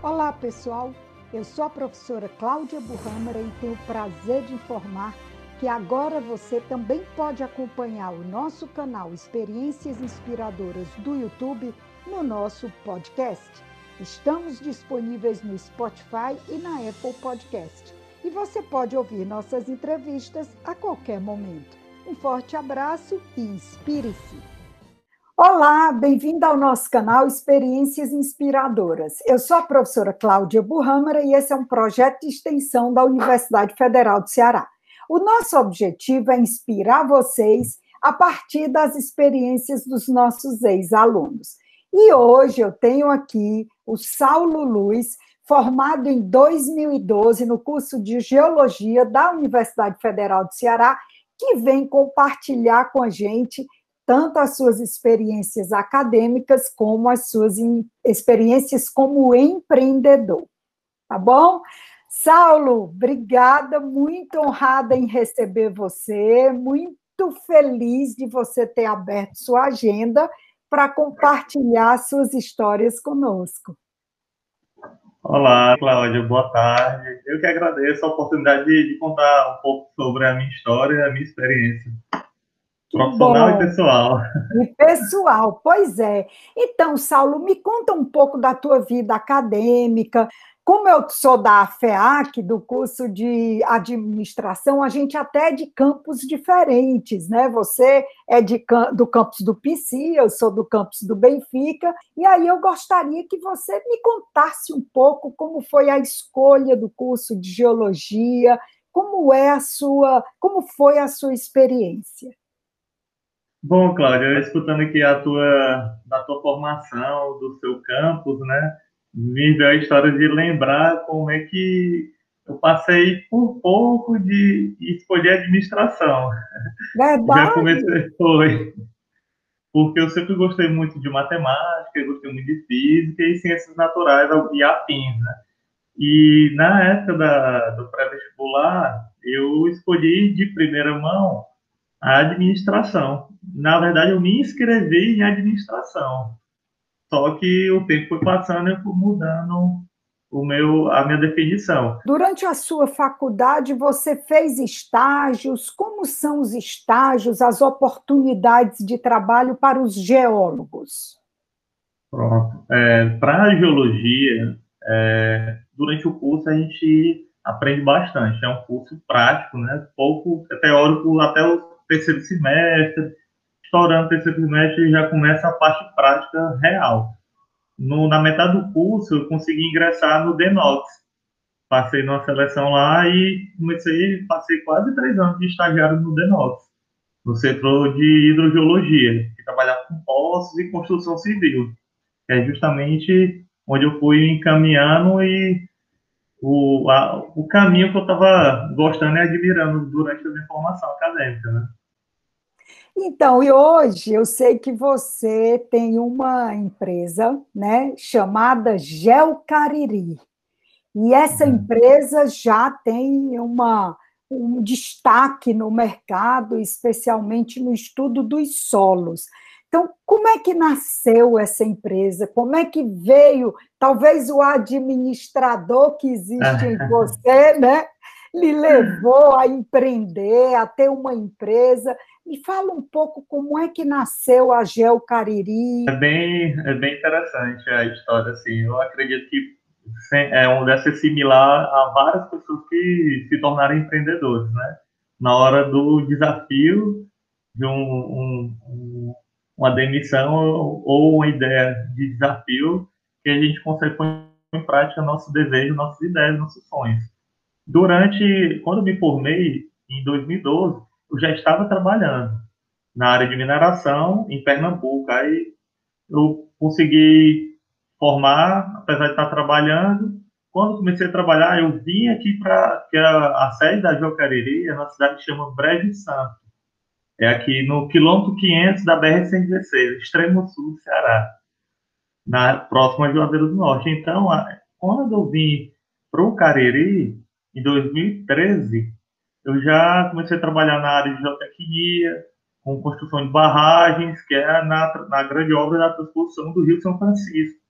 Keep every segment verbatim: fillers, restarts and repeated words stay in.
Olá, pessoal. Eu sou a professora Cláudia Burrâmara e tenho o prazer de informar que agora você também pode acompanhar o nosso canal Experiências Inspiradoras do YouTube no nosso podcast. Estamos disponíveis no Spotify e na Apple Podcast. E você pode ouvir nossas entrevistas a qualquer momento. Um forte abraço e inspire-se! Olá, bem-vinda ao nosso canal Experiências Inspiradoras. Eu sou a professora Cláudia Burrâmara e esse é um projeto de extensão da Universidade Federal do Ceará. O nosso objetivo é inspirar vocês a partir das experiências dos nossos ex-alunos. E hoje eu tenho aqui o Saulo Luiz, formado em dois mil e doze no curso de Geologia da Universidade Federal do Ceará, que vem compartilhar com a gente tanto as suas experiências acadêmicas como as suas experiências como empreendedor. Tá bom? Saulo, obrigada, muito honrada em receber você, muito feliz de você ter aberto sua agenda para compartilhar suas histórias conosco. Olá, Cláudia, boa tarde. Eu que agradeço a oportunidade de, de contar um pouco sobre a minha história e a minha experiência. Que Profissional e bom. pessoal. E pessoal, pois é. Então, Saulo, me conta um pouco da tua vida acadêmica. Como eu sou da FEAC, do curso de administração, a gente até é de campos diferentes, né? Você é de, do campus do P C, eu sou do campus do Benfica, e aí eu gostaria que você me contasse um pouco como foi a escolha do curso de geologia, como é a sua, como foi a sua experiência. Bom, Cláudia, escutando aqui a tua, da tua formação, do seu campus, né? Me veio a história de lembrar como é que eu passei por pouco de escolher administração. Já Verdade? comecei, foi, porque eu sempre gostei muito de matemática, gostei muito de física e ciências naturais e afins, né? E na época da, do pré-vestibular, eu escolhi de primeira mão a administração. Na verdade, eu me inscrevi em administração. Só que o tempo foi passando e eu fui mudando o meu, a minha definição. Durante a sua faculdade, você fez estágios? Como são os estágios, as oportunidades de trabalho para os geólogos? Pronto. É, para a geologia, é, durante o curso a gente aprende bastante. É um curso prático, né? Pouco é teórico até o terceiro semestre. Estourando o terceiro semestre já começa a parte prática real. No, na metade do curso, eu consegui ingressar no DENOX. Passei numa seleção lá e comecei, passei quase três anos de estagiário no DENOX, no setor de hidrogeologia, que trabalhava com poços e construção civil. É justamente onde eu fui encaminhando e o, a, o caminho que eu estava gostando e admirando durante a minha formação acadêmica, né? Então, e hoje eu sei que você tem uma empresa, né, chamada Geocariri. E essa Uhum. empresa já tem uma, um destaque no mercado, especialmente no estudo dos solos. Então, como é que nasceu essa empresa? Como é que veio, talvez o administrador que existe em você, né, lhe levou a empreender, a ter uma empresa? Me fala um pouco como é que nasceu a Geocariri. É bem, é bem interessante a história, assim. Eu acredito que é um deve ser similar a várias pessoas que se tornaram empreendedores, né? Na hora do desafio de um, um, um, uma demissão ou, ou uma ideia de desafio que a gente consegue pôr em prática nosso desejo, nossas ideias, nossos sonhos. Durante, quando eu me formei, em dois mil e doze, eu já estava trabalhando na área de mineração em Pernambuco. Aí eu consegui formar, apesar de estar trabalhando. Quando comecei a trabalhar, eu vim aqui para que a, a sede da Geocariri é na cidade que chama Brejo Santo. É aqui no quilômetro quinhentos da B R cento e dezesseis, extremo sul do Ceará, na próxima Juazeiro do Norte. Então, a, quando eu vim para o Cariri, em dois mil e treze, eu já comecei a trabalhar na área de geotecnia, com construção de barragens, que é na, na grande obra da transposição do Rio São Francisco.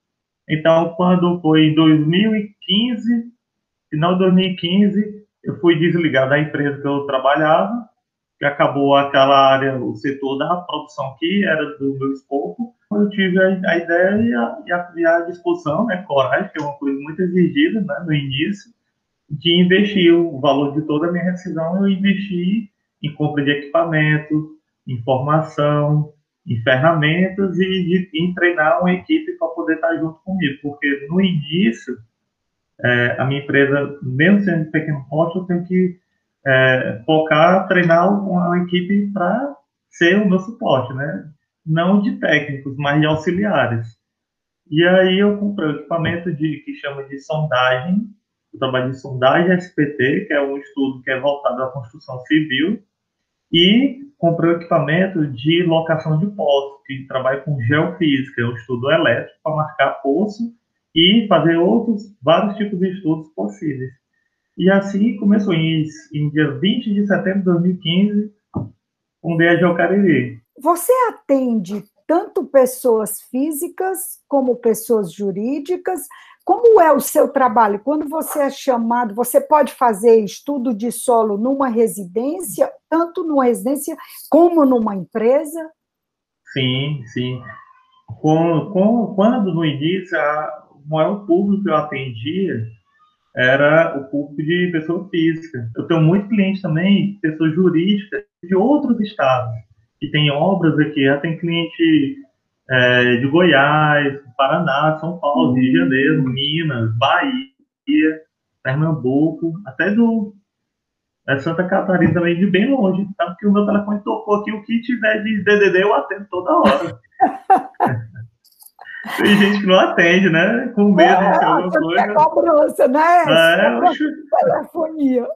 Então, quando foi em dois mil e quinze, final de dois mil e quinze, eu fui desligado da empresa que eu trabalhava, que acabou aquela área, o setor da produção que era do meu escopo. Eu tive a, a ideia e a, e, a, e a disposição, né, coragem, que é uma coisa muito exigida, né, no início, de investir o valor de toda a minha rescisão. Eu investi em compra de equipamento, em formação, em ferramentas e de, em treinar uma equipe para poder estar junto comigo, porque no início, é, a minha empresa, mesmo sendo pequeno porte, eu tenho que é, focar, treinar uma equipe para ser o meu suporte, né? Não de técnicos, mas de auxiliares. E aí eu comprei um equipamento de, que chama de sondagem. Eu trabalho de sondagem S P T, que é um estudo que é voltado à construção civil, e comprei um equipamento de locação de poços, que trabalha com geofísica, é um estudo elétrico para marcar poço e fazer outros, vários tipos de estudos possíveis. E assim começou, em, em dia vinte de setembro de dois mil e quinze, fundei a Geocariri. Você atende tanto pessoas físicas como pessoas jurídicas. Como é o seu trabalho? Quando você é chamado, você pode fazer estudo de solo numa residência, tanto numa residência como numa empresa? Sim, sim. Com, com, quando no início, a, o maior público que eu atendia era o público de pessoa física. Eu tenho muito cliente também, pessoas jurídicas de outros estados, que tem obras aqui. Já tem cliente é, de Goiás, Paraná, São Paulo, Rio de Janeiro, Minas, Bahia, Pernambuco, até do é, Santa Catarina também, de bem longe. Tá? Porque o meu telefone tocou aqui, o que tiver de D D D eu atendo toda hora. Tem gente que não atende, né? Com medo de ser alguma É, é coisa. cobrança, né? É, Cobrança oxe, de telefonia.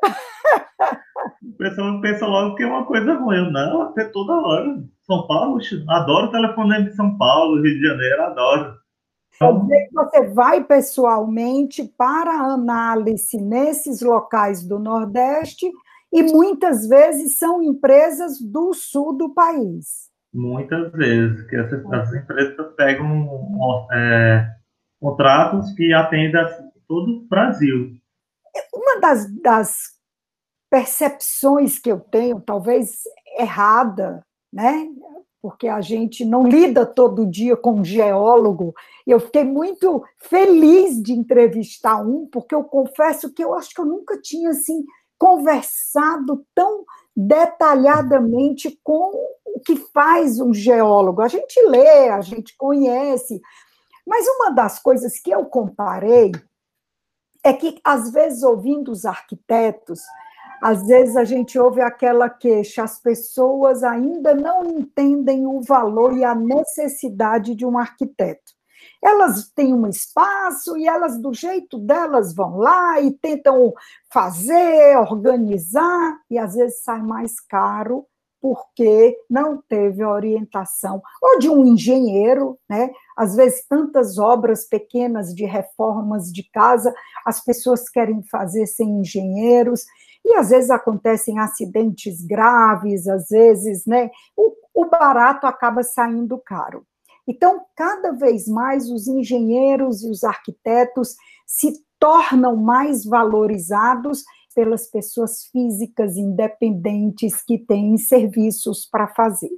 o pessoal pensa logo que é uma coisa ruim. Eu, não, até toda hora. São Paulo, oxe, adoro telefonema de São Paulo, Rio de Janeiro, adoro. Quer Então, dizer que você vai pessoalmente para análise nesses locais do Nordeste e muitas vezes são empresas do sul do país. muitas vezes, que essas, as empresas pegam é, contratos que atendem a todo o Brasil. Uma das, das percepções que eu tenho, talvez errada, né? Porque a gente não lida todo dia com um geólogo. Eu fiquei muito feliz de entrevistar um, porque eu confesso que eu acho que eu nunca tinha assim conversado tão detalhadamente com o que faz um geólogo. A gente lê, a gente conhece, mas uma das coisas que eu comparei é que, às vezes, ouvindo os arquitetos, às vezes a gente ouve aquela queixa, as pessoas ainda não entendem o valor e a necessidade de um arquiteto. Elas têm um espaço e elas, do jeito delas, vão lá e tentam fazer, organizar, e às vezes sai mais caro porque não teve a orientação, ou de um engenheiro, né? Às vezes tantas obras pequenas de reformas de casa, as pessoas querem fazer sem engenheiros, e às vezes acontecem acidentes graves, às vezes, né? O, o barato acaba saindo caro. Então, cada vez mais os engenheiros e os arquitetos se tornam mais valorizados pelas pessoas físicas independentes que têm serviços para fazer.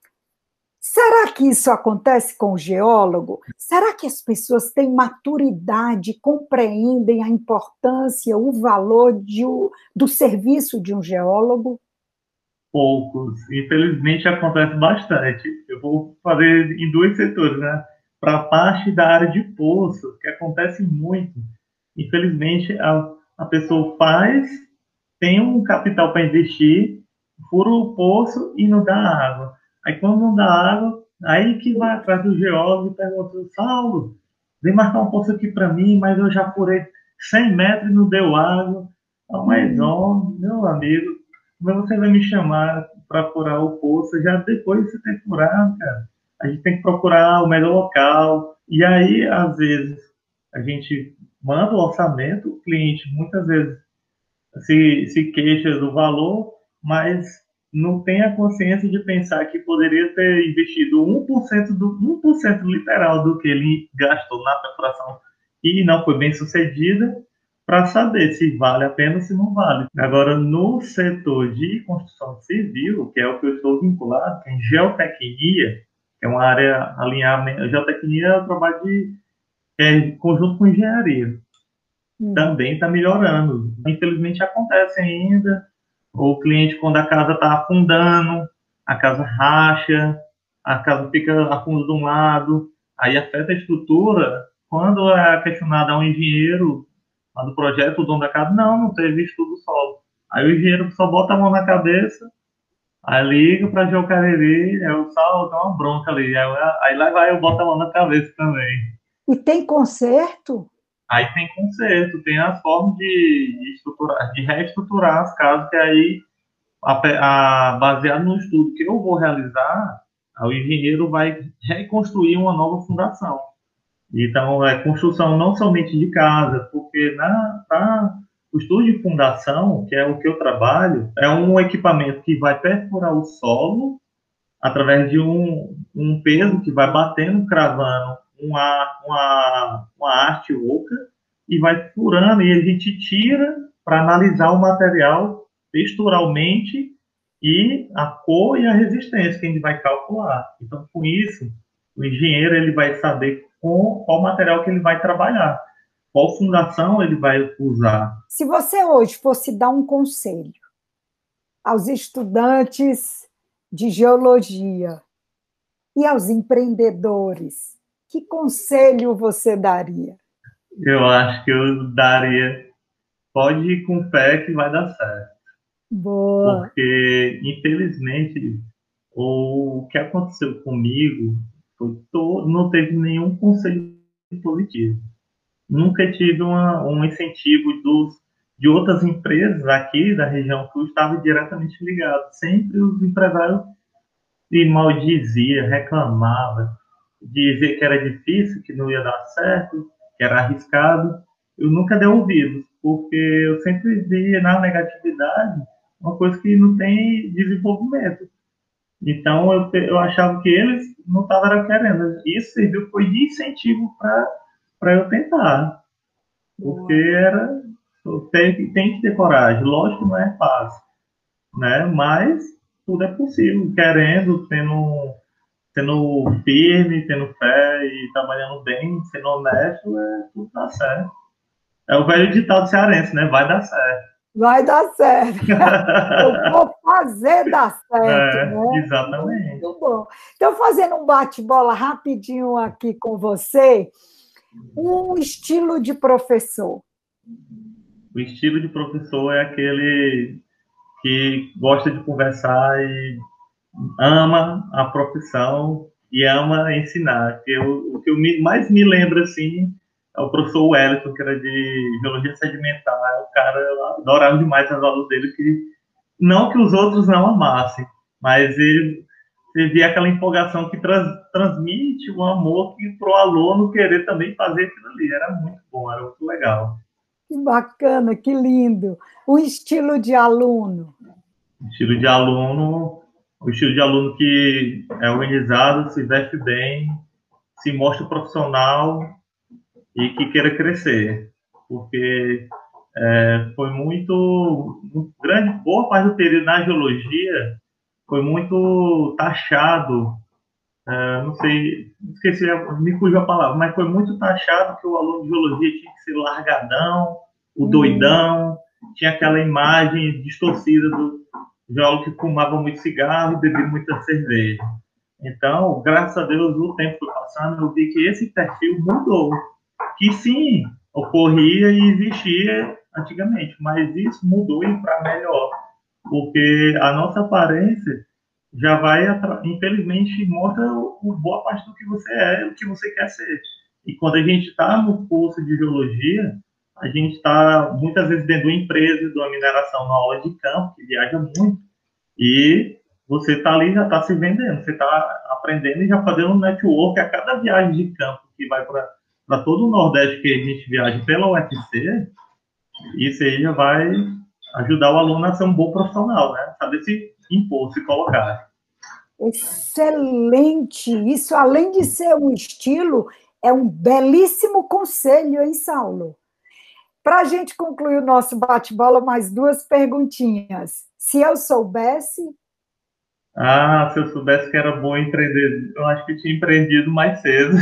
Será que isso acontece com o geólogo? Será que as pessoas têm maturidade, compreendem a importância, o valor de, do serviço de um geólogo? Poucos. Infelizmente acontece bastante. Eu vou fazer em dois setores, né? Para a parte da área de poço, que acontece muito. Infelizmente, a, a pessoa faz, tem um capital para investir, fura o poço e não dá água. Aí quando não dá água, aí que vai atrás do geólogo e pergunta, Saulo, vem marcar um poço aqui para mim, mas eu já furei cem metros e não deu água. Ah, mas, ó, meu amigo, como você vai me chamar para furar o poço já depois de você ter furado, cara? A gente tem que procurar o melhor local. E aí, às vezes, a gente manda o orçamento, o cliente muitas vezes se, se queixa do valor, mas não tem a consciência de pensar que poderia ter investido um por cento do um por cento literal do que ele gastou na perfuração e não foi bem sucedida, para saber se vale a pena ou se não vale. Agora, no setor de construção civil, que é o que eu estou vinculado, tem geotecnia, que é uma área alinhada. Geotecnia é o trabalho de é, conjunto com engenharia. Hum. Também está melhorando. Infelizmente acontece ainda. O cliente, quando a casa está afundando, a casa racha, a casa fica afunda de um lado, aí afeta a estrutura. Quando é questionado a um engenheiro lá do projeto, o dono da casa, não, não teve estudo solo. Aí o engenheiro só bota a mão na cabeça, aí liga para Geocariri, aí o sal dá uma bronca ali. Aí, aí lá vai eu boto a mão na cabeça também. E tem conserto? Aí tem conserto, tem as formas de, de, estruturar, de reestruturar as casas, que aí, a, a, baseado no estudo que eu vou realizar, o engenheiro vai reconstruir uma nova fundação. Então, é construção não somente de casa, porque na, na, o estudo de fundação, que é o que eu trabalho, é um equipamento que vai perfurar o solo através de um, um peso que vai batendo, cravando uma, uma, uma haste oca e vai furando, e a gente tira para analisar o material texturalmente e a cor e a resistência que a gente vai calcular. Então, com isso, o engenheiro ele vai saber com qual material que ele vai trabalhar, qual fundação ele vai usar. Se você hoje fosse dar um conselho aos estudantes de geologia e aos empreendedores, que conselho você daria? Eu acho que eu daria, pode ir com fé que vai dar certo. Boa. Porque, infelizmente, o que aconteceu comigo foi todo, não teve nenhum conselho positivo. Nunca tive uma, um incentivo dos, de outras empresas aqui da região que eu estava diretamente ligado. Sempre os empresários se maldiziam, reclamavam, diziam que era difícil, que não ia dar certo, que era arriscado. Eu nunca dei ouvidos, porque eu sempre via na negatividade uma coisa que não tem desenvolvimento. Então, eu, eu achava que eles não estavam querendo. Isso serviu foi de incentivo para eu tentar. Porque era, tem, tem que ter coragem. Lógico que não é fácil, né? Mas tudo é possível. Querendo, tendo, tendo firme, tendo fé e trabalhando bem, sendo honesto, é, tudo dá certo. É o velho ditado cearense, né? Vai dar certo. Vai dar certo. Eu vou fazer dar certo, É, né? exatamente. Muito bom. Então, fazendo um bate-bola rapidinho aqui com você, um estilo de professor. O estilo de professor é aquele que gosta de conversar e ama a profissão e ama ensinar. Eu, o que eu me, mais me lembro, assim, é o professor Wellington, que era de Geologia Sedimentar. O cara, eu adorava demais as aulas dele, que não que os outros não amassem, mas ele, ele via aquela empolgação que trans, transmite o amor para o aluno querer também fazer aquilo ali. Era muito bom, era muito legal. Que bacana, que lindo. O estilo de aluno. O estilo de aluno, o estilo de aluno que é organizado, se veste bem, se mostra profissional e que queira crescer. Porque é, foi muito, muito grande, boa parte do período na geologia foi muito taxado, é, não sei, esqueci, me fugiu a palavra, mas foi muito taxado que o aluno de geologia tinha que ser largadão, o doidão, tinha aquela imagem distorcida do geólogo que fumava muito cigarro e bebia muita cerveja. Então, graças a Deus, o tempo foi passando, eu vi que esse perfil mudou. Que sim, ocorria e existia antigamente, mas isso mudou e para melhor. Porque a nossa aparência já vai, infelizmente, mostra o, boa parte do que você é, o que você quer ser. E quando a gente está no curso de geologia, a gente está muitas vezes dentro de uma empresa, de uma mineração, na aula de campo, que viaja muito, e você está ali, já está se vendendo, você está aprendendo e já fazendo um network a cada viagem de campo que vai para todo o Nordeste que a gente viaja pela U F C, isso aí já vai ajudar o aluno a ser um bom profissional, né? Saber se impor, se colocar. Excelente! Isso, além de ser um estilo, é um belíssimo conselho, hein, Saulo? Para a gente concluir o nosso bate-bola, mais duas perguntinhas. Se eu soubesse... Ah, se eu soubesse que era bom empreender, eu acho que tinha empreendido mais cedo.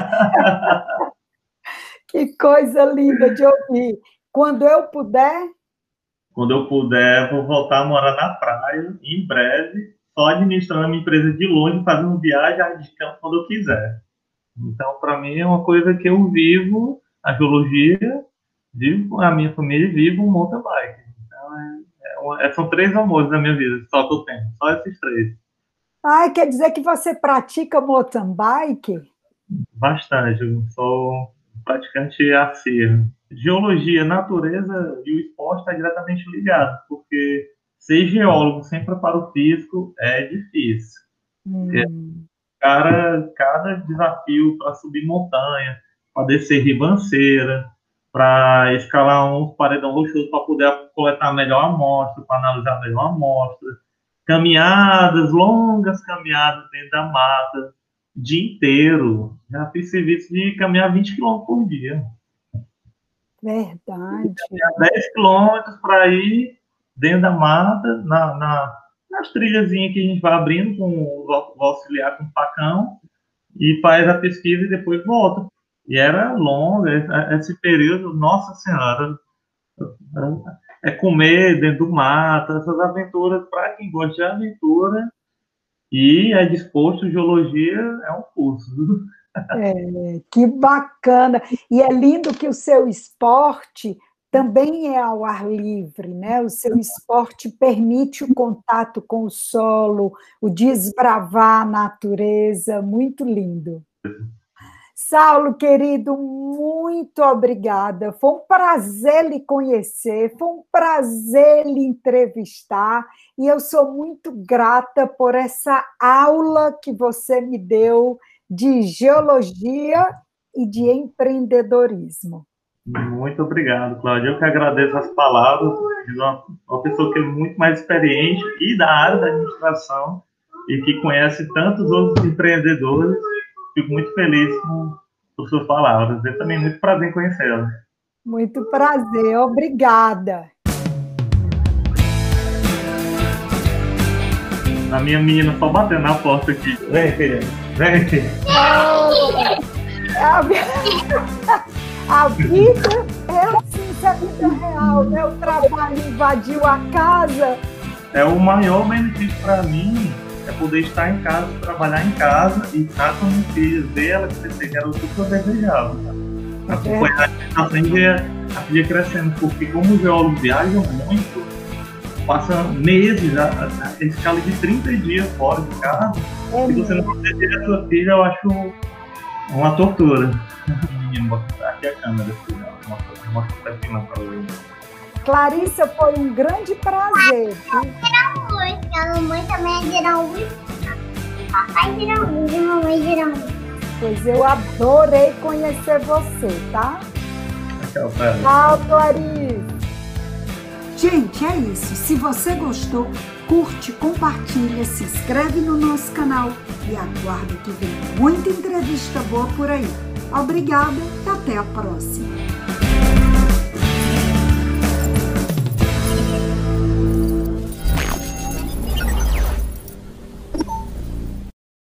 Que coisa linda de ouvir. Quando eu puder... Quando eu puder, vou voltar a morar na praia, em breve, só administrando a minha empresa de longe, fazendo viagem de campo quando eu quiser. Então, para mim, é uma coisa que eu vivo, a geologia, vivo a minha família, vivo o mountain bike. Então, é, é uma, é, são três amores da minha vida, só que eu tenho, só esses três. Ah, quer dizer que você pratica mountain bike? Bastante, eu sou praticante assíduo. Geologia, natureza e o esporte está diretamente ligado, porque ser geólogo sem preparo físico é difícil. Hum. Cara, cada desafio para subir montanha, para descer ribanceira, para escalar um paredão rochoso para poder coletar a melhor amostra, para analisar a melhor amostra, caminhadas, longas caminhadas dentro da mata, dia inteiro. Já fiz serviço de caminhar vinte quilômetros por dia. Verdade. dez quilômetros para ir dentro da mata, na, na, nas trilhazinhas que a gente vai abrindo com o, o auxiliar com o facão e faz a pesquisa e depois volta. E era longo, esse período, nossa senhora, é comer dentro do mato, essas aventuras, para quem gosta de aventura e é disposto, geologia é um curso. É, que bacana! E é lindo que o seu esporte também é ao ar livre, né? O seu esporte permite o contato com o solo, o desbravar a natureza, muito lindo. Saulo, querido, muito obrigada. Foi um prazer lhe conhecer, foi um prazer lhe entrevistar, e eu sou muito grata por essa aula que você me deu de geologia e de empreendedorismo. Muito obrigado, Cláudia. Eu que agradeço as palavras de uma, uma pessoa que é muito mais experiente e da área da administração e que conhece tantos outros empreendedores. Fico muito feliz com, com suas palavras. É também muito prazer em conhecê-la. Muito prazer. Obrigada. A minha menina só batendo na porta aqui. Vem, filha. Vem, filha. A vida é assim, isso é vida real, né? O trabalho invadiu a casa. É o maior benefício para mim, é poder estar em casa, trabalhar em casa e estar com a minha filha, ver ela crescer, que era o que eu desejava. Acompanhar a filha, a filha crescendo, porque como os geólogos viajam muito, passa meses, a, a, a escala de trinta dias fora de casa, é se você não puder ter a sua filha, eu acho uma tortura. Aqui a câmera, mostra pra cima para o Clarissa, foi um grande prazer. A mamãe também é de Araújo. Papai de Araújo e mamãe de Araújo. Pois eu adorei conhecer você, tá? Tchau, Tchau, Clarissa. Gente, é isso. Se você gostou, curte, compartilha, se inscreve no nosso canal e aguarda que vem muita entrevista boa por aí. Obrigada e até a próxima.